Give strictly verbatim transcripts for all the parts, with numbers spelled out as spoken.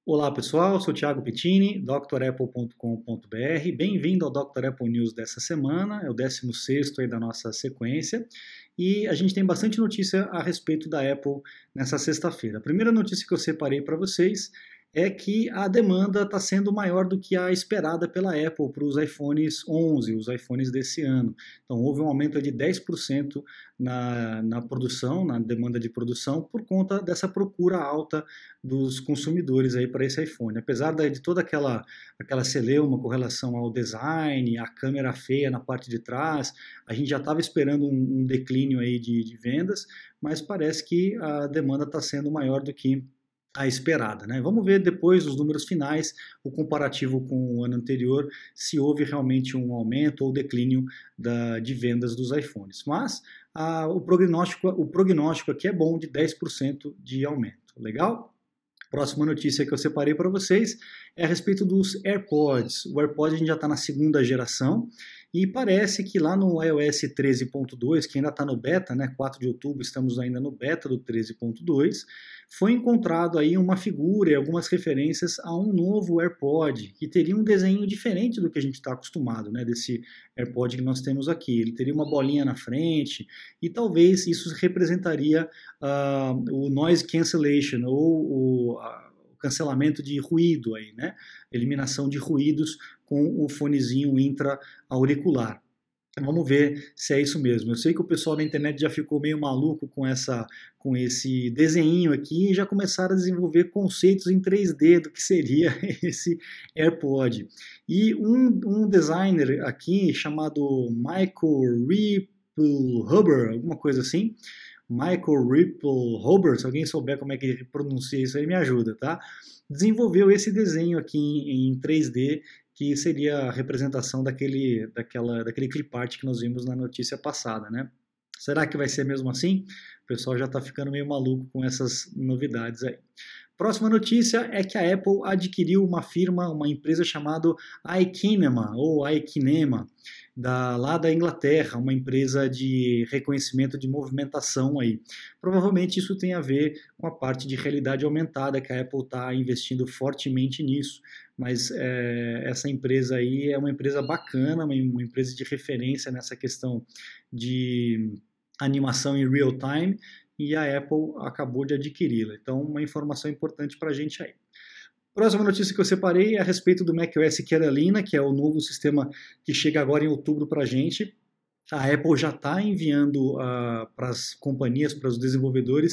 Olá pessoal, sou o Thiago Pittini, doutor apple ponto com ponto br. Bem-vindo ao doutor Apple News dessa semana, é o décimo sexto aí da nossa sequência. E a gente tem bastante notícia a respeito da Apple nessa sexta-feira. A primeira notícia que eu separei para vocês é que a demanda está sendo maior do que a esperada pela Apple para os iPhones onze, os iPhones desse ano. Então houve um aumento de dez por cento na, na produção, na demanda de produção, por conta dessa procura alta dos consumidores aí para esse iPhone. Apesar de toda aquela, aquela celeuma com relação ao design, a câmera feia na parte de trás, a gente já estava esperando um, um declínio aí de, de vendas, mas parece que a demanda está sendo maior do que a esperada, né? Vamos ver depois os números finais, o comparativo com o ano anterior, se houve realmente um aumento ou declínio da, de vendas dos iPhones. Mas a, o, prognóstico, o prognóstico aqui é bom, de dez por cento de aumento. Legal? Próxima notícia que eu separei para vocês é a respeito dos AirPods. O AirPod a gente já está na segunda geração e parece que lá no iOS treze ponto dois, que ainda está no beta, né, quatro de outubro, estamos ainda no beta do treze ponto dois, foi encontrado aí uma figura e algumas referências a um novo AirPod, que teria um desenho diferente do que a gente está acostumado, né, desse AirPod que nós temos aqui. Ele teria uma bolinha na frente e talvez isso representaria uh, o noise cancellation ou o, uh, o cancelamento de ruído aí, né, eliminação de ruídos com o fonezinho intra-auricular. Vamos ver se é isso mesmo. Eu sei que o pessoal na internet já ficou meio maluco com, essa, com esse desenho aqui e já começaram a desenvolver conceitos em três D do que seria esse AirPod. E um, um designer aqui chamado Michael Ripplehuber, alguma coisa assim, Michael Ripplehuber, se alguém souber como é que pronuncia isso aí, me ajuda, tá? Desenvolveu esse desenho aqui em, em três D, que seria a representação daquele, daquela, daquele clip art que nós vimos na notícia passada, né? Será que vai ser mesmo assim? O pessoal já está ficando meio maluco com essas novidades aí. Próxima notícia é que a Apple adquiriu uma firma, uma empresa chamada iKinema, ou iKinema, da, lá da Inglaterra, uma empresa de reconhecimento de movimentação aí. Provavelmente isso tem a ver com a parte de realidade aumentada, que a Apple está investindo fortemente nisso, mas é, essa empresa aí é uma empresa bacana, uma, uma empresa de referência nessa questão de animação em real time, e a Apple acabou de adquiri-la. Então, uma informação importante para a gente aí. Próxima notícia que eu separei é a respeito do macOS Catalina, que é o novo sistema que chega agora em outubro para a gente. A Apple já está enviando uh, para as companhias, para os desenvolvedores,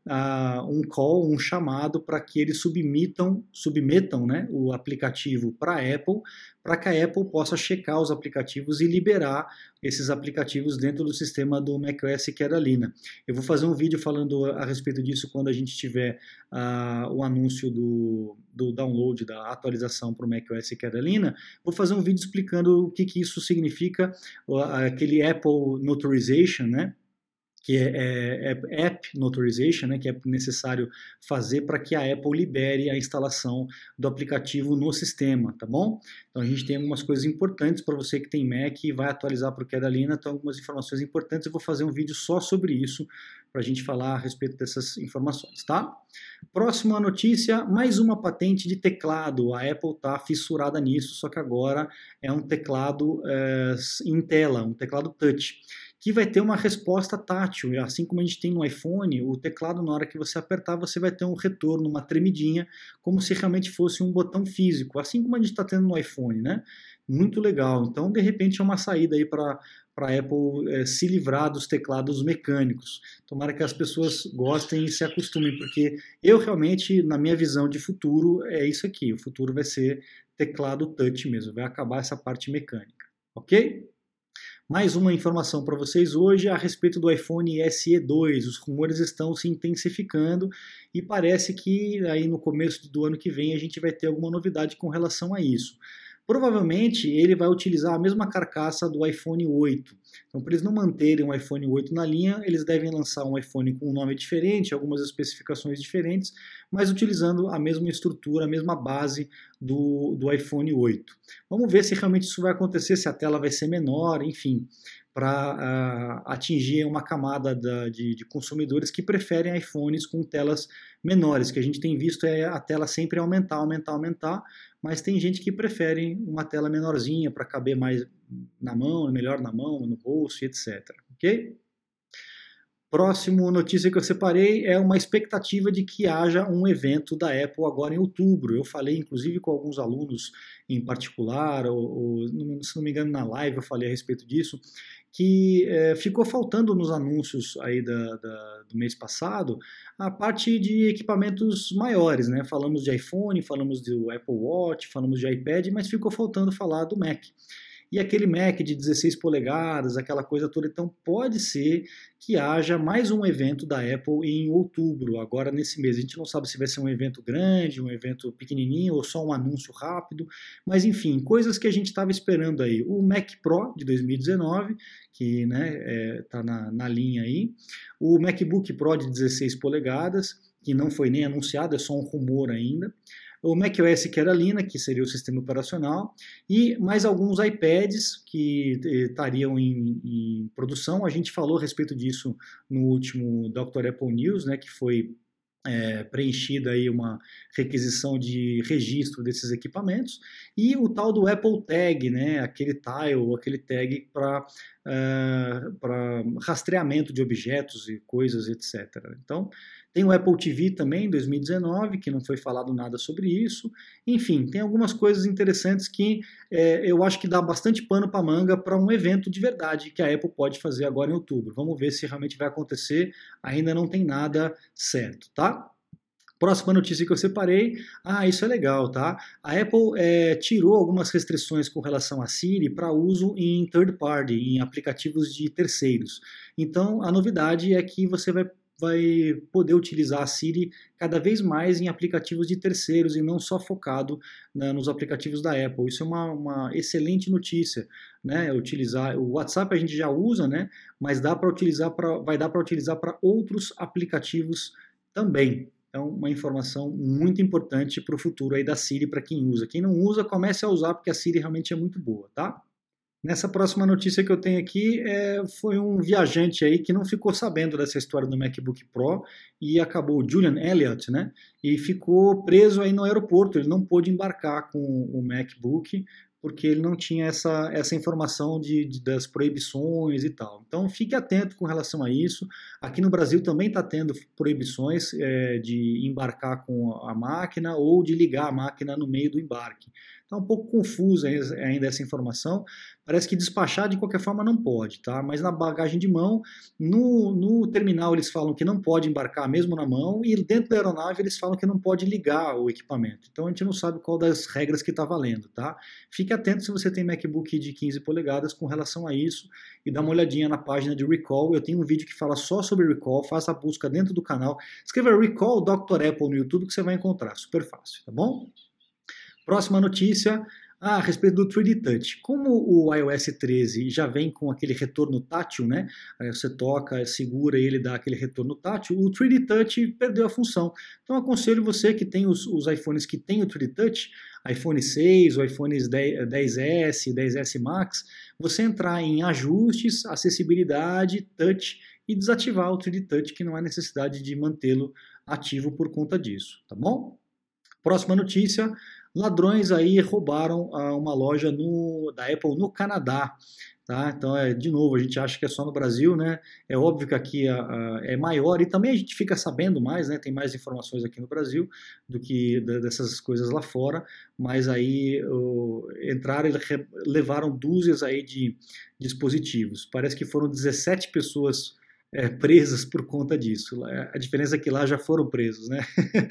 uh, um call, um chamado para que eles submitam, submetam, né, o aplicativo para a Apple, para que a Apple possa checar os aplicativos e liberar esses aplicativos dentro do sistema do macOS Catalina. Eu vou fazer um vídeo falando a respeito disso quando a gente tiver uh, o anúncio do, do download, da atualização para o macOS Catalina. Vou fazer um vídeo explicando o que, que isso significa, aquele Apple Notarization, né? que é, é, é App Notarization, né, que é necessário fazer para que a Apple libere a instalação do aplicativo no sistema, tá bom? Então a gente tem algumas coisas importantes para você que tem Mac e vai atualizar para o Catalina, então algumas informações importantes, eu vou fazer um vídeo só sobre isso, para a gente falar a respeito dessas informações, tá? Próxima notícia, mais uma patente de teclado, a Apple está fissurada nisso, só que agora é um teclado é, em tela, um teclado touch, que vai ter uma resposta tátil, assim como a gente tem no iPhone, o teclado na hora que você apertar você vai ter um retorno, uma tremidinha, como se realmente fosse um botão físico, assim como a gente está tendo no iPhone, né? Muito legal, então de repente é uma saída aí para a Apple é, se livrar dos teclados mecânicos. Tomara que as pessoas gostem e se acostumem, porque eu realmente, na minha visão de futuro, é isso aqui, o futuro vai ser teclado touch mesmo, vai acabar essa parte mecânica, ok? Mais uma informação para vocês hoje a respeito do iPhone S E dois. Os rumores estão se intensificando e parece que aí no começo do ano que vem a gente vai ter alguma novidade com relação a isso. Provavelmente ele vai utilizar a mesma carcaça do iPhone oito. Então, para eles não manterem o iPhone oito na linha, eles devem lançar um iPhone com um nome diferente, algumas especificações diferentes, mas utilizando a mesma estrutura, a mesma base do, do iPhone oito. Vamos ver se realmente isso vai acontecer, se a tela vai ser menor, enfim. para uh, atingir uma camada da, de, de consumidores que preferem iPhones com telas menores, que a gente tem visto é a tela sempre aumentar, aumentar, aumentar, mas tem gente que prefere uma tela menorzinha para caber mais na mão, melhor na mão, no bolso, etcétera. Ok? Próximo notícia que eu separei é uma expectativa de que haja um evento da Apple agora em outubro. Eu falei, inclusive, com alguns alunos em particular, ou, ou se não me engano, na live eu falei a respeito disso, que é, ficou faltando nos anúncios aí da, da, do mês passado a parte de equipamentos maiores, né? Falamos de iPhone, falamos do Apple Watch, falamos de iPad, mas ficou faltando falar do Mac. E aquele Mac de dezesseis polegadas, aquela coisa toda. Então pode ser que haja mais um evento da Apple em outubro, agora nesse mês. A gente não sabe se vai ser um evento grande, um evento pequenininho ou só um anúncio rápido, mas enfim, coisas que a gente estava esperando aí. O Mac Pro de dois mil e dezenove, que está né, é, tá na, na linha aí. O MacBook Pro de dezesseis polegadas, que não foi nem anunciado, é só um rumor ainda. O macOS Catalina, que seria o sistema operacional, e mais alguns iPads que estariam em, em produção. A gente falou a respeito disso no último doutor Apple News, né, que foi é, preenchida aí uma requisição de registro desses equipamentos, e o tal do Apple Tag, né, aquele tile, aquele tag para uh, para rastreamento de objetos e coisas, etcétera. Então, tem o Apple T V também, em dois mil e dezenove, que não foi falado nada sobre isso. Enfim, tem algumas coisas interessantes que é, eu acho que dá bastante pano para manga para um evento de verdade que a Apple pode fazer agora em outubro. Vamos ver se realmente vai acontecer. Ainda não tem nada certo, tá? Próxima notícia que eu separei, ah, isso é legal, tá? A Apple é, tirou algumas restrições com relação a Siri para uso em third party, em aplicativos de terceiros. Então, a novidade é que você vai vai poder utilizar a Siri cada vez mais em aplicativos de terceiros e não só focado né, nos aplicativos da Apple. Isso é uma, uma excelente notícia, né? Utilizar o WhatsApp a gente já usa, né? Mas dá para utilizar pra, vai dar para utilizar para outros aplicativos também. Então, uma informação muito importante para o futuro aí da Siri para quem usa. Quem não usa, comece a usar porque a Siri realmente é muito boa, tá? Nessa próxima notícia que eu tenho aqui, é, foi um viajante aí que não ficou sabendo dessa história do MacBook Pro e acabou, o Julian Elliott, né? E ficou preso aí no aeroporto, ele não pôde embarcar com o MacBook porque ele não tinha essa, essa informação de, de, das proibições e tal. Então fique atento com relação a isso. Aqui no Brasil também está tendo proibições é, de embarcar com a máquina ou de ligar a máquina no meio do embarque. Está um pouco confusa ainda essa informação. Parece que despachar de qualquer forma não pode, tá? Mas na bagagem de mão, no, no terminal eles falam que não pode embarcar mesmo na mão e dentro da aeronave eles falam que não pode ligar o equipamento. Então a gente não sabe qual das regras que está valendo, tá? Fique atento se você tem MacBook de quinze polegadas com relação a isso e dá uma olhadinha na página de Recall. Eu tenho um vídeo que fala só sobre Recall, faça a busca dentro do canal. Escreva Recall doutor Apple no YouTube que você vai encontrar, super fácil, tá bom? Próxima notícia, ah, a respeito do três D Touch. Como o iOS treze já vem com aquele retorno tátil, né? Aí você toca, segura e ele dá aquele retorno tátil, o três D Touch perdeu a função. Então aconselho você que tem os, os iPhones que tem o três D Touch, iPhone seis, o iPhone dez S, dez S Max, você entrar em ajustes, acessibilidade, touch e desativar o três D Touch, que não há necessidade de mantê-lo ativo por conta disso, tá bom? Próxima notícia, ladrões aí roubaram ah, uma loja no, da Apple no Canadá. Tá? Então, é, de novo, a gente acha que é só no Brasil, né? É óbvio que aqui a, a, é maior e também a gente fica sabendo mais, né? Tem mais informações aqui no Brasil do que da, dessas coisas lá fora, mas aí o, entraram e levaram dúzias aí de dispositivos. Parece que foram dezessete pessoas É, presas por conta disso. A diferença é que lá já foram presos, né?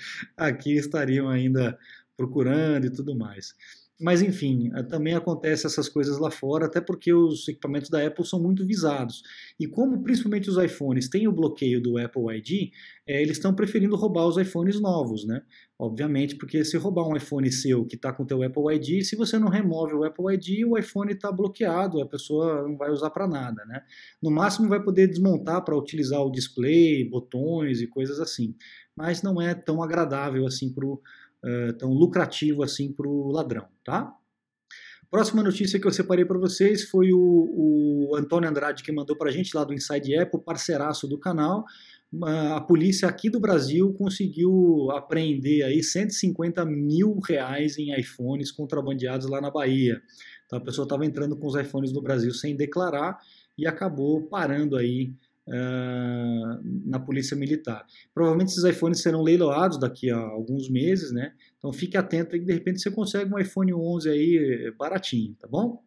Aqui estariam ainda procurando e tudo mais. Mas enfim, também acontece essas coisas lá fora, até porque os equipamentos da Apple são muito visados. E como principalmente os iPhones têm o bloqueio do Apple I D, é, eles estão preferindo roubar os iPhones novos, né? Obviamente, porque se roubar um iPhone seu que está com o teu Apple I D, se você não remove o Apple I D, o iPhone está bloqueado, a pessoa não vai usar para nada, né? No máximo vai poder desmontar para utilizar o display, botões e coisas assim. Mas não é tão agradável assim para o Uh, tão lucrativo assim para o ladrão, tá? Próxima notícia que eu separei para vocês foi o, o Antônio Andrade que mandou para a gente lá do Inside Apple, parceiraço do canal. A polícia aqui do Brasil conseguiu apreender aí cento e cinquenta mil reais em iPhones contrabandeados lá na Bahia. Então a pessoa estava entrando com os iPhones no Brasil sem declarar e acabou parando aí uh, na polícia militar. Provavelmente esses iPhones serão leiloados daqui a alguns meses, né? Então fique atento aí que de repente você consegue um iPhone onze aí baratinho, tá bom?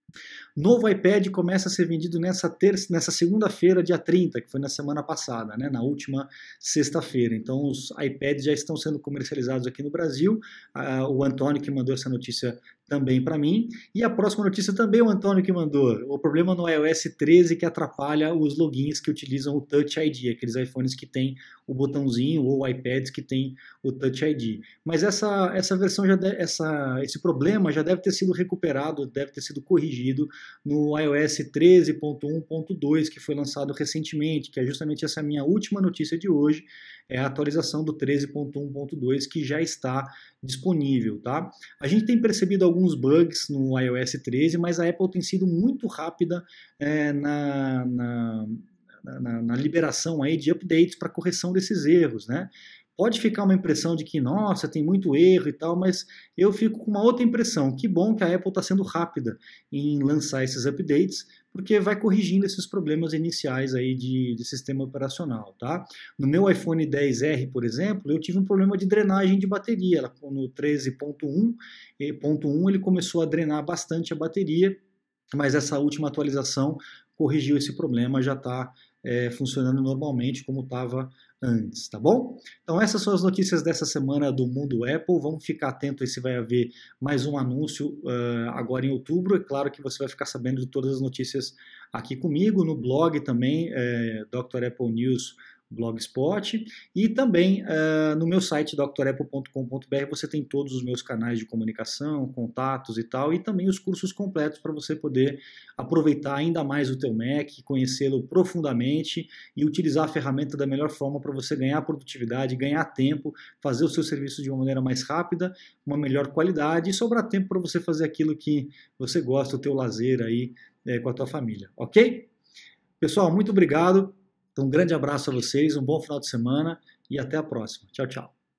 Novo iPad começa a ser vendido nessa, terça, nessa segunda-feira, dia trinta, que foi na semana passada, né, na última sexta-feira. Então os iPads já estão sendo comercializados aqui no Brasil. Ah, o Antônio que mandou essa notícia também para mim. E a próxima notícia também o Antônio que mandou. O problema no iOS treze que atrapalha os logins que utilizam o Touch I D, aqueles iPhones que tem o botãozinho ou iPads que tem o Touch I D. Mas essa, essa versão, já de, essa, esse problema já deve ter sido recuperado, deve ter sido corrigido no iOS treze ponto um ponto dois, que foi lançado recentemente, que é justamente essa minha última notícia de hoje, é a atualização do treze ponto um ponto dois que já está disponível, tá? A gente tem percebido alguns bugs no iOS treze, mas a Apple tem sido muito rápida é, na, na, na, na liberação aí de updates para correção desses erros, né? Pode ficar uma impressão de que, nossa, tem muito erro e tal, mas eu fico com uma outra impressão. Que bom que a Apple está sendo rápida em lançar esses updates, porque vai corrigindo esses problemas iniciais aí de, de sistema operacional, tá? No meu iPhone dez R, por exemplo, eu tive um problema de drenagem de bateria. No treze ponto um ponto um ele começou a drenar bastante a bateria, mas essa última atualização corrigiu esse problema, já está é, funcionando normalmente como estava antes, tá bom? Então essas são as notícias dessa semana do mundo Apple. Vamos ficar atento aí se vai haver mais um anúncio uh, agora em outubro. É claro que você vai ficar sabendo de todas as notícias aqui comigo, no blog também, é, doutor Apple News Blogspot, e também uh, no meu site doutor apple ponto com ponto b r você tem todos os meus canais de comunicação, contatos e tal, e também os cursos completos para você poder aproveitar ainda mais o teu Mac, conhecê-lo profundamente e utilizar a ferramenta da melhor forma para você ganhar produtividade, ganhar tempo, fazer o seu serviço de uma maneira mais rápida, uma melhor qualidade e sobrar tempo para você fazer aquilo que você gosta, o teu lazer aí é, com a tua família, ok? Pessoal, muito obrigado. Então, um grande abraço a vocês, um bom final de semana e até a próxima. Tchau, tchau.